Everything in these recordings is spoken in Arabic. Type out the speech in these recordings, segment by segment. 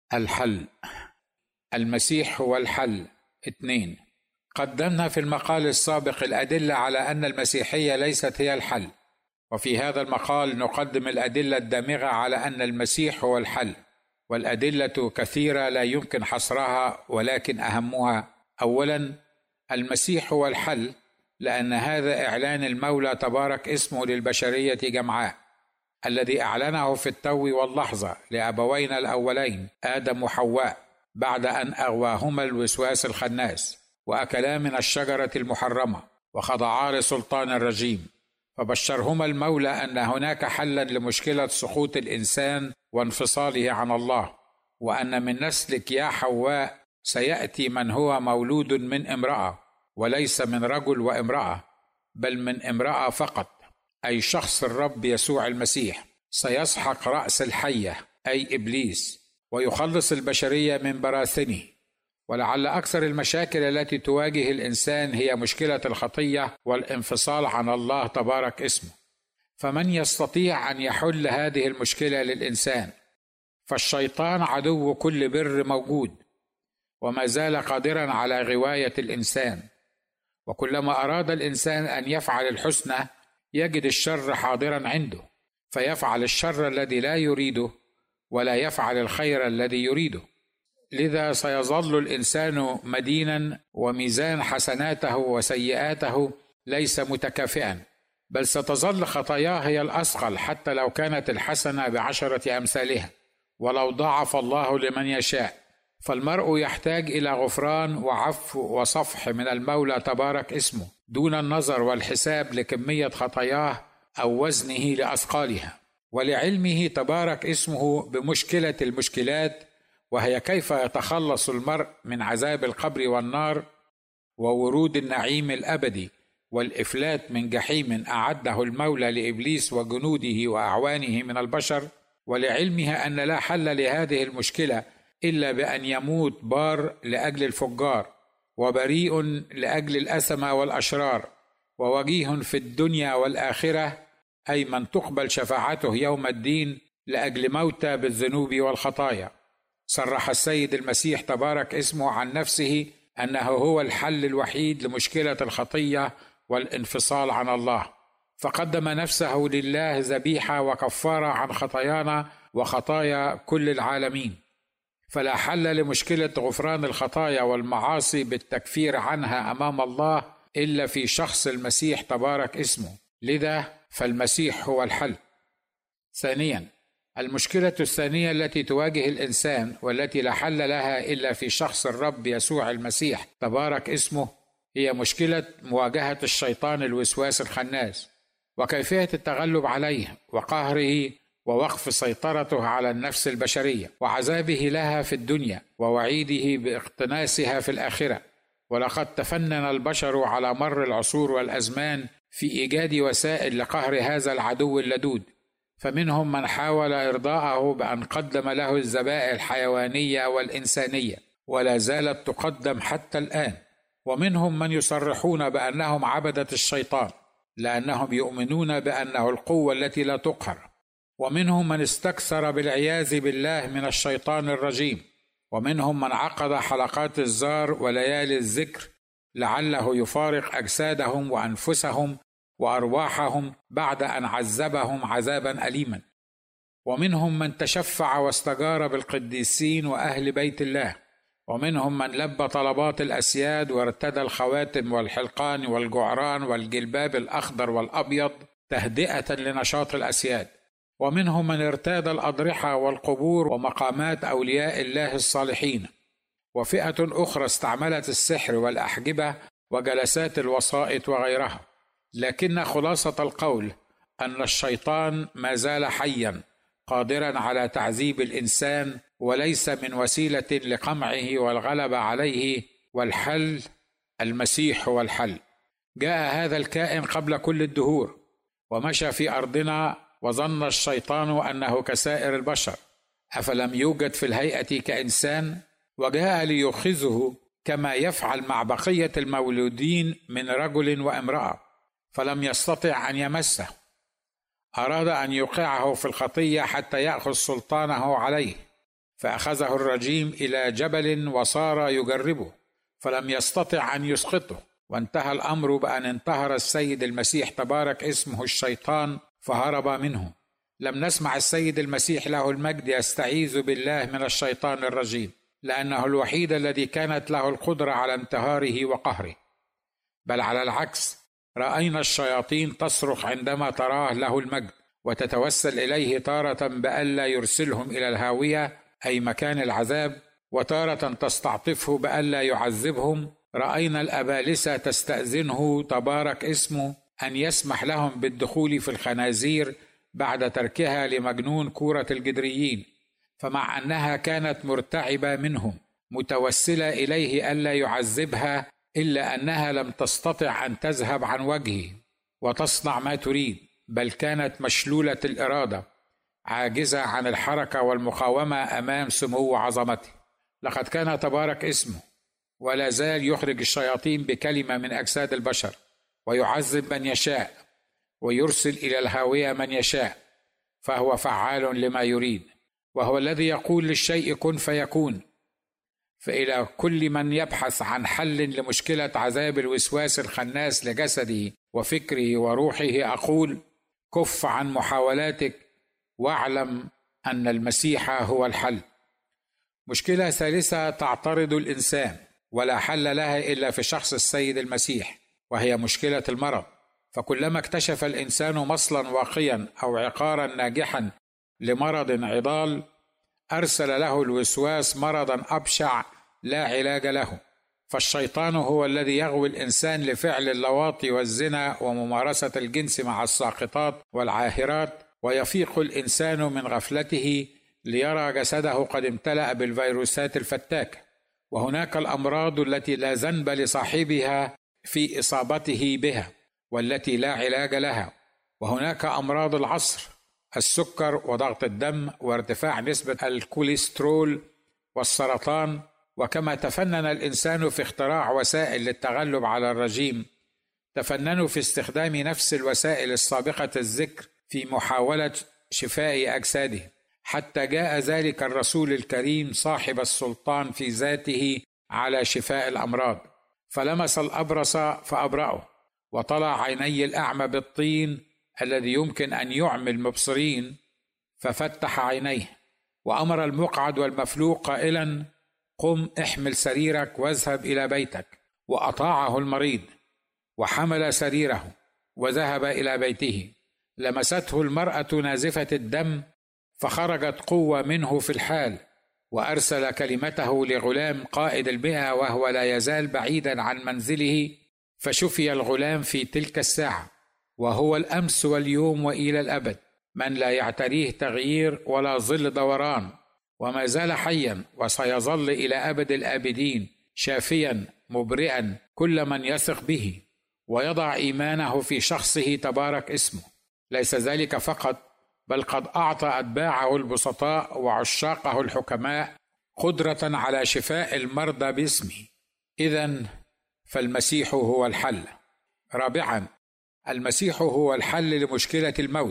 الحل. المسيح هو الحل. 2. قدمنا في المقال السابق الأدلة على أن المسيحية ليست هي الحل، وفي هذا المقال نقدم الأدلة الدامغة على أن المسيح هو الحل، والأدلة كثيرة لا يمكن حصرها، ولكن أهمها: أولا، المسيح هو الحل لأن هذا إعلان المولى تبارك اسمه للبشرية جمعاء، الذي أعلنه في التو واللحظة لأبوينا الأولين آدم وحواء بعد أن أغواهما الوسواس الخناس وأكلا من الشجرة المحرمة وخضعا لسلطان الرجيم، فبشرهما المولى أن هناك حلا لمشكلة سقوط الإنسان وانفصاله عن الله، وأن من نسلك يا حواء سيأتي من هو مولود من امرأة، وليس من رجل وامرأة، بل من امرأة فقط، أي شخص الرب يسوع المسيح، سيسحق رأس الحية أي إبليس ويخلص البشرية من براثنه. ولعل أكثر المشاكل التي تواجه الإنسان هي مشكلة الخطية والانفصال عن الله تبارك اسمه، فمن يستطيع أن يحل هذه المشكلة للإنسان؟ فالشيطان عدو كل بر موجود، وما زال قادرا على غواية الإنسان، وكلما أراد الإنسان أن يفعل الحسنى يجد الشر حاضرا عنده، فيفعل الشر الذي لا يريده ولا يفعل الخير الذي يريده. لذا سيظل الإنسان مدينا، وميزان حسناته وسيئاته ليس متكافئا، بل ستظل خطاياه هي الأثقل حتى لو كانت الحسنة ب10 أمثالها، ولو ضاعف الله لمن يشاء. فالمرء يحتاج إلى غفران وعفو وصفح من المولى تبارك اسمه، دون النظر والحساب لكمية خطاياه أو وزنه لأثقالها، ولعلمه تبارك اسمه بمشكلة المشكلات، وهي كيف يتخلص المرء من عذاب القبر والنار وورود النعيم الأبدي والإفلات من جحيم أعده المولى لإبليس وجنوده وأعوانه من البشر. ولعلمها أن لا حل لهذه المشكلة إلا بأن يموت بار لأجل الفجار، وبريء لأجل الأثمة والأشرار، ووجيه في الدنيا والآخرة، أي من تقبل شفاعته يوم الدين لأجل موتى بالذنوب والخطايا. صرح السيد المسيح تبارك اسمه عن نفسه أنه هو الحل الوحيد لمشكلة الخطية والانفصال عن الله، فقدم نفسه لله ذبيحة وكفارة عن خطايانا وخطايا كل العالمين. فلا حل لمشكلة غفران الخطايا والمعاصي بالتكفير عنها أمام الله إلا في شخص المسيح تبارك اسمه، لذا فالمسيح هو الحل. ثانيا، المشكلة الثانية التي تواجه الإنسان والتي لا حل لها إلا في شخص الرب يسوع المسيح تبارك اسمه هي مشكلة مواجهة الشيطان الوسواس الخناس، وكيفية التغلب عليه وقهره ووقف سيطرته على النفس البشرية وعذابه لها في الدنيا ووعيده باقتناسها في الآخرة. ولقد تفنن البشر على مر العصور والأزمان في إيجاد وسائل لقهر هذا العدو اللدود، فمنهم من حاول إرضاءه بأن قدم له الذبائح الحيوانية والإنسانية، ولا زالت تقدم حتى الآن، ومنهم من يصرحون بأنهم عبدة الشيطان لأنهم يؤمنون بأنه القوة التي لا تقهر، ومنهم من استكثر بالعياذ بالله من الشيطان الرجيم، ومنهم من عقد حلقات الزار وليالي الذكر لعله يفارق أجسادهم وأنفسهم وأرواحهم بعد أن عذبهم عذابا أليما، ومنهم من تشفع واستجار بالقديسين وأهل بيت الله، ومنهم من لبى طلبات الأسياد وارتدى الخواتم والحلقان والجعران والجلباب الأخضر والأبيض تهدئة لنشاط الأسياد، ومنهم من ارتاد الأضرحة والقبور ومقامات أولياء الله الصالحين، وفئة أخرى استعملت السحر والأحجبة وجلسات الوسائط وغيرها. لكن خلاصة القول أن الشيطان ما زال حيا قادرا على تعذيب الإنسان، وليس من وسيلة لقمعه والغلبة عليه، والحل المسيح هو الحل. جاء هذا الكائن قبل كل الدهور ومشى في أرضنا، وظن الشيطان أنه كسائر البشر، أفلم يوجد في الهيئة كإنسان؟ وجاء ليؤخذه كما يفعل مع بقية المولودين من رجل وامرأة، فلم يستطع أن يمسه. أراد أن يوقعه في الخطية حتى يأخذ سلطانه عليه، فأخذه الرجيم إلى جبل وصار يجربه فلم يستطع أن يسقطه، وانتهى الأمر بأن انتهر السيد المسيح تبارك اسمه الشيطان فهرب منه. لم نسمع السيد المسيح له المجد يستعيذ بالله من الشيطان الرجيم، لأنه الوحيد الذي كانت له القدرة على انتهاره وقهره، بل على العكس رأينا الشياطين تصرخ عندما تراه له المجد، وتتوسل إليه تارة بألا يرسلهم إلى الهاوية أي مكان العذاب، وتارة تستعطفه بألا يعذبهم. رأينا الأبالسة تستأذنه تبارك اسمه أن يسمح لهم بالدخول في الخنازير بعد تركها لمجنون كورة الجدريين، فمع أنها كانت مرتعبة منهم متوسلة إليه ألا يعذبها، إلا أنها لم تستطع أن تذهب عن وجهه وتصنع ما تريد، بل كانت مشلولة الإرادة عاجزة عن الحركة والمقاومة أمام سمو عظمته. لقد كان تبارك اسمه ولا زال يخرج الشياطين بكلمة من أجساد البشر، ويعذب من يشاء، ويرسل إلى الهاوية من يشاء، فهو فعال لما يريد، وهو الذي يقول للشيء كن فيكون. فإلى كل من يبحث عن حل لمشكلة عذاب الوسواس الخناس لجسده وفكره وروحه أقول: كف عن محاولاتك واعلم أن المسيح هو الحل. مشكلة ثالثة تعترض الإنسان ولا حل لها إلا في شخص السيد المسيح، وهي مشكلة المرض. فكلما اكتشف الإنسان مصلا واقيا أو عقارا ناجحا لمرض عضال، أرسل له الوسواس مرضا أبشع لا علاج له. فالشيطان هو الذي يغوي الإنسان لفعل اللواطي والزنا وممارسة الجنس مع الساقطات والعاهرات، ويفيق الإنسان من غفلته ليرى جسده قد امتلأ بالفيروسات الفتاكة. وهناك الأمراض التي لا ذنب لصاحبها في إصابته بها والتي لا علاج لها، وهناك أمراض العصر: السكر وضغط الدم وارتفاع نسبة الكوليسترول والسرطان. وكما تفنن الإنسان في اختراع وسائل للتغلب على الرجيم، تفننوا في استخدام نفس الوسائل السابقة الذكر في محاولة شفاء أجساده، حتى جاء ذلك الرسول الكريم صاحب السلطان في ذاته على شفاء الأمراض، فلمس الأبرص فأبرأه، وطلع عيني الأعمى بالطين الذي يمكن أن يعمي المبصرين ففتح عينيه، وأمر المقعد والمفلوق قائلا: قم احمل سريرك واذهب إلى بيتك. وأطاعه المريض وحمل سريره وذهب إلى بيته. لمسته المرأة نازفة الدم فخرجت قوة منه في الحال، وأرسل كلمته لغلام قائد المئة وهو لا يزال بعيدا عن منزله، فشفي الغلام في تلك الساعة، وهو الأمس واليوم وإلى الأبد، من لا يعتريه تغيير ولا ظل دوران، وما زال حيا وسيظل إلى أبد الآبدين، شافيا مبرئا كل من يثق به ويضع إيمانه في شخصه تبارك اسمه. ليس ذلك فقط، بل قد أعطى أتباعه البسطاء وعشاقه الحكماء قدرة على شفاء المرضى باسمه. إذن فالمسيح هو الحل. رابعا، المسيح هو الحل لمشكلة الموت،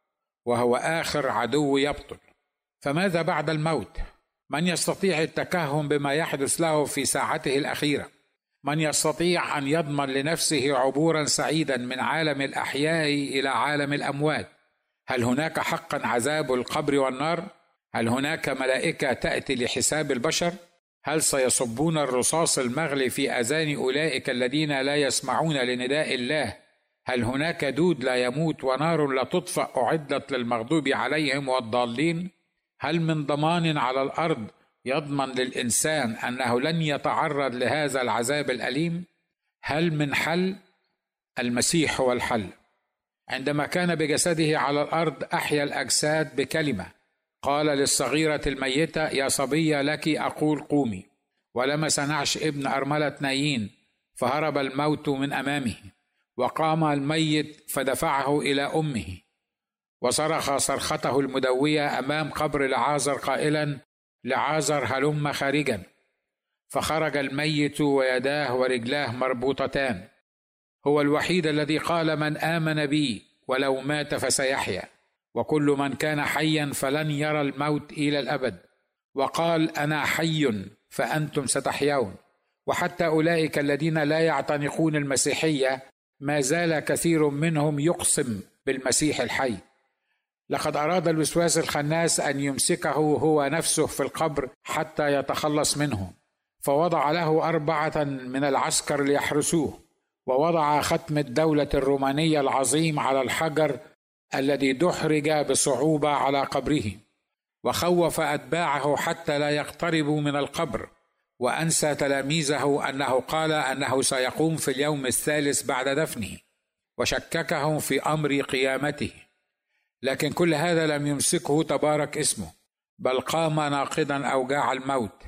وهو آخر عدو يبطل. فماذا بعد الموت؟ من يستطيع التكهن بما يحدث له في ساعته الأخيرة؟ من يستطيع أن يضمن لنفسه عبورا سعيدا من عالم الأحياء إلى عالم الأموات؟ هل هناك حقا عذاب القبر والنار؟ هل هناك ملائكة تأتي لحساب البشر؟ هل سيصبون الرصاص المغلي في أذان أولئك الذين لا يسمعون لنداء الله؟ هل هناك دود لا يموت ونار لا تطفأ أعدت للمغضوب عليهم والضالين؟ هل من ضمان على الأرض يضمن للإنسان أنه لن يتعرض لهذا العذاب الأليم؟ هل من حل؟ المسيح هو الحل. عندما كان بجسده على الأرض أحيا الأجساد بكلمة، قال للصغيرة الميتة: يا صبية لك أقول قومي. ولمس نعش ابن أرملة نايين فهرب الموت من أمامه، وقام الميت فدفعه إلى أمه، وصرخ صرخته المدوية أمام قبر لعازر قائلا: لعازر هلم خارجا. فخرج الميت ويداه ورجلاه مربوطتان. هو الوحيد الذي قال: من آمن بي ولو مات فسيحيا، وكل من كان حيا فلن يرى الموت إلى الأبد. وقال: أنا حي فأنتم ستحيون. وحتى أولئك الذين لا يعتنقون المسيحية ما زال كثير منهم يقسم بالمسيح الحي. لقد أراد الوسواس الخناس أن يمسكه هو نفسه في القبر حتى يتخلص منه، فوضع له 4 من العسكر ليحرسوه، ووضع ختم الدولة الرومانية العظيم على الحجر الذي دحرج بصعوبة على قبره، وخوف أتباعه حتى لا يقتربوا من القبر، وأنسى تلاميذه أنه قال أنه سيقوم في اليوم الثالث بعد دفنه، وشككهم في أمر قيامته. لكن كل هذا لم يمسكه تبارك اسمه، بل قام ناقضا أوجاع الموت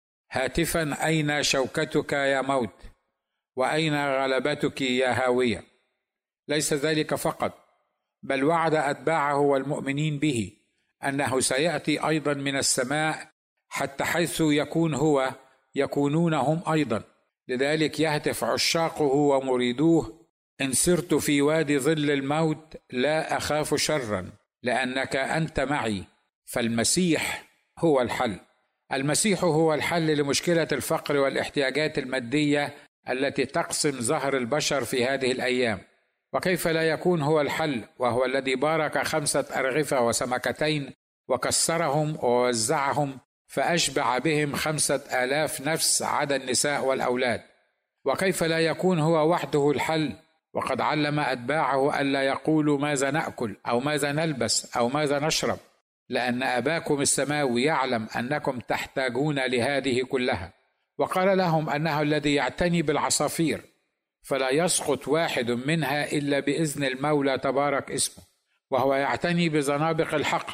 هاتفا: أين شوكتك يا موت؟ وأين غلبتك يا هاوية؟ ليس ذلك فقط، بل وعد أتباعه والمؤمنين به أنه سيأتي أيضا من السماء، حتى حيث يكون هو يكونون هم أيضا. لذلك يهتف عشاقه ومريدوه: إن سرت في وادي ظل الموت لا أخاف شرا، لأنك أنت معي. فالمسيح هو الحل. المسيح هو الحل لمشكلة الفقر والاحتياجات المادية التي تقسم ظهر البشر في هذه الأيام. وكيف لا يكون هو الحل وهو الذي بارك 5 أرغفة وسمكتين وكسرهم ووزعهم فأشبع بهم 5000 نفس عدا النساء والأولاد؟ وكيف لا يكون هو وحده الحل وقد علم أتباعه ألا يقولوا ماذا نأكل أو ماذا نلبس أو ماذا نشرب، لأن أباكم السماوي يعلم أنكم تحتاجون لهذه كلها. وقال لهم أنه الذي يعتني بالعصافير فلا يسقط واحد منها إلا بإذن المولى تبارك اسمه، وهو يعتني بزنابق الحقل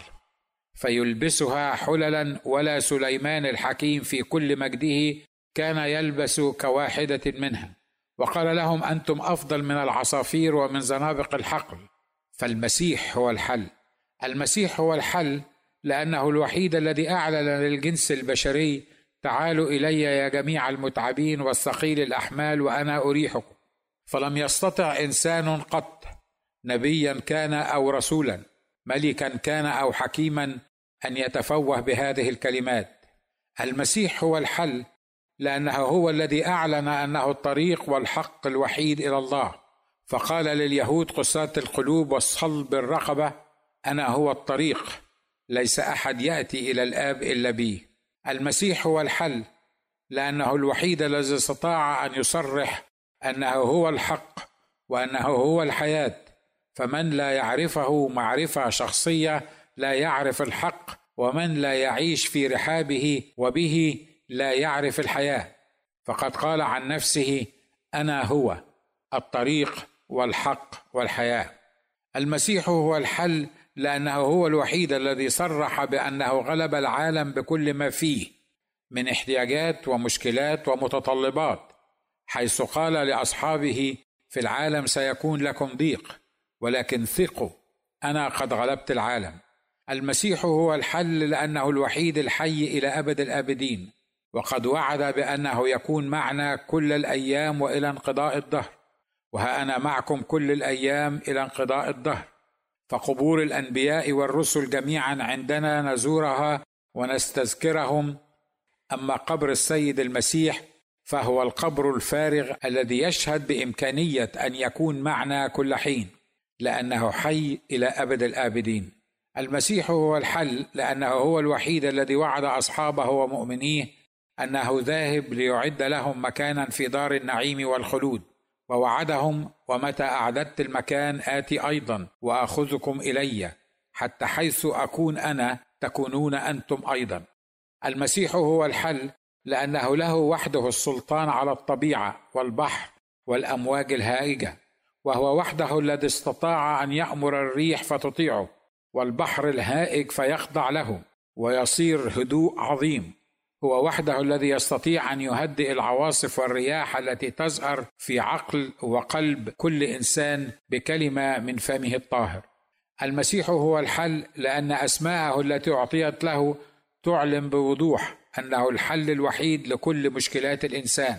فيلبسها حللا، ولا سليمان الحكيم في كل مجده كان يلبس كواحدة منها. وقال لهم: أنتم أفضل من العصافير ومن زنابق الحقل. فالمسيح هو الحل. المسيح هو الحل لأنه الوحيد الذي أعلن للجنس البشري: تعالوا إلي يا جميع المتعبين والثقيل الأحمال وأنا أريحكم. فلم يستطع إنسان قط، نبيا كان أو رسولا، ملكا كان أو حكيما، أن يتفوه بهذه الكلمات. المسيح هو الحل لأنه هو الذي أعلن أنه الطريق والحق الوحيد إلى الله، فقال لليهود قساة القلوب والصلب الرقبة: أنا هو الطريق، ليس أحد يأتي إلى الآب إلا بي. المسيح هو الحل لأنه الوحيد الذي استطاع أن يصرح أنه هو الحق وأنه هو الحياة، فمن لا يعرفه معرفة شخصية لا يعرف الحق، ومن لا يعيش في رحابه وبه لا يعرف الحياة. فقد قال عن نفسه: أنا هو الطريق والحق والحياة. المسيح هو الحل لأنه هو الوحيد الذي صرح بأنه غلب العالم بكل ما فيه من احتياجات ومشكلات ومتطلبات، حيث قال لأصحابه: في العالم سيكون لكم ضيق، ولكن ثقوا أنا قد غلبت العالم. المسيح هو الحل لأنه الوحيد الحي إلى أبد الآبدين، وقد وعد بأنه يكون معنا كل الأيام وإلى انقضاء الدهر. وها أنا معكم كل الأيام إلى انقضاء الدهر. فقبور الأنبياء والرسل جميعا عندنا نزورها ونستذكرهم، أما قبر السيد المسيح فهو القبر الفارغ الذي يشهد بإمكانية أن يكون معنا كل حين، لأنه حي إلى أبد الآبدين. المسيح هو الحل لأنه هو الوحيد الذي وعد أصحابه ومؤمنيه أنه ذاهب ليعد لهم مكانا في دار النعيم والخلود، ووعدهم: ومتى أعددت المكان آتي أيضا وأخذكم إلي، حتى حيث أكون أنا تكونون أنتم أيضا. المسيح هو الحل لأنه له وحده السلطان على الطبيعة والبحر والأمواج الهائجة، وهو وحده الذي استطاع أن يأمر الريح فتطيعه والبحر الهائج فيخضع له ويصير هدوء عظيم. هو وحده الذي يستطيع أن يهدئ العواصف والرياح التي تزهر في عقل وقلب كل إنسان بكلمة من فمه الطاهر. المسيح هو الحل لأن أسماءه التي أعطيت له تعلن بوضوح أنه الحل الوحيد لكل مشكلات الإنسان،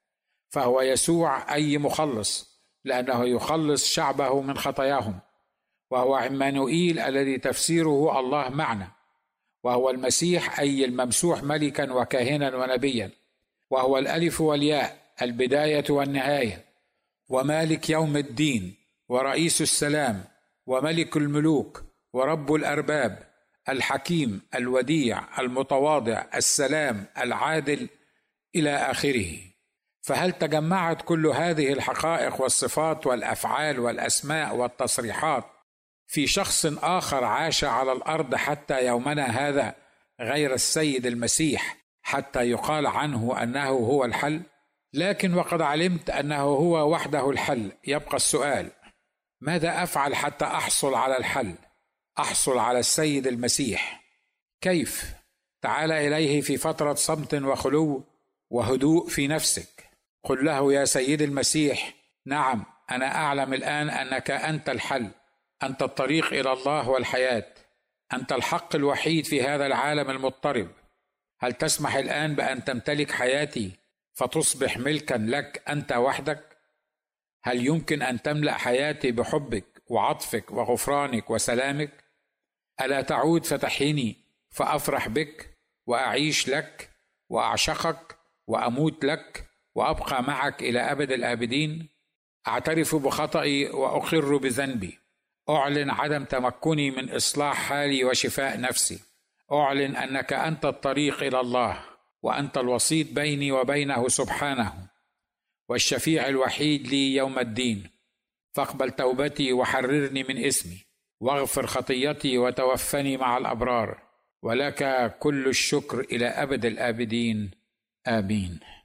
فهو يسوع أي مخلص، لأنه يخلص شعبه من خطاياهم، وهو عمانوئيل الذي تفسيره الله معنا، وهو المسيح أي الممسوح ملكا وكاهنا ونبيا، وهو الألف والياء، البداية والنهاية، ومالك يوم الدين، ورئيس السلام، وملك الملوك، ورب الأرباب، الحكيم، الوديع، المتواضع، السلام، العادل، إلى آخره. فهل تجمعت كل هذه الحقائق والصفات والأفعال والأسماء والتصريحات في شخص آخر عاش على الأرض حتى يومنا هذا غير السيد المسيح حتى يقال عنه أنه هو الحل؟ لكن وقد علمت أنه هو وحده الحل، يبقى السؤال: ماذا أفعل حتى أحصل على الحل؟ أحصل على السيد المسيح كيف؟ تعال إليه في فترة صمت وخلو وهدوء في نفسك. قل له: يا سيد المسيح، نعم، أنا أعلم الآن أنك أنت الحل، أنت الطريق إلى الله والحياة، أنت الحق الوحيد في هذا العالم المضطرب. هل تسمح الآن بأن تمتلك حياتي فتصبح ملكا لك أنت وحدك؟ هل يمكن أن تملأ حياتي بحبك وعطفك وغفرانك وسلامك؟ ألا تعود فتحيني فأفرح بك وأعيش لك وأعشقك وأموت لك وأبقى معك إلى أبد الآبدين؟ أعترف بخطئي وأقر بذنبي، أعلن عدم تمكني من إصلاح حالي وشفاء نفسي، أعلن أنك أنت الطريق إلى الله، وأنت الوسيط بيني وبينه سبحانه، والشفيع الوحيد لي يوم الدين. فاقبل توبتي وحررني من اسمي، واغفر خطيتي وتوفني مع الأبرار، ولك كل الشكر إلى أبد الآبدين. آمين.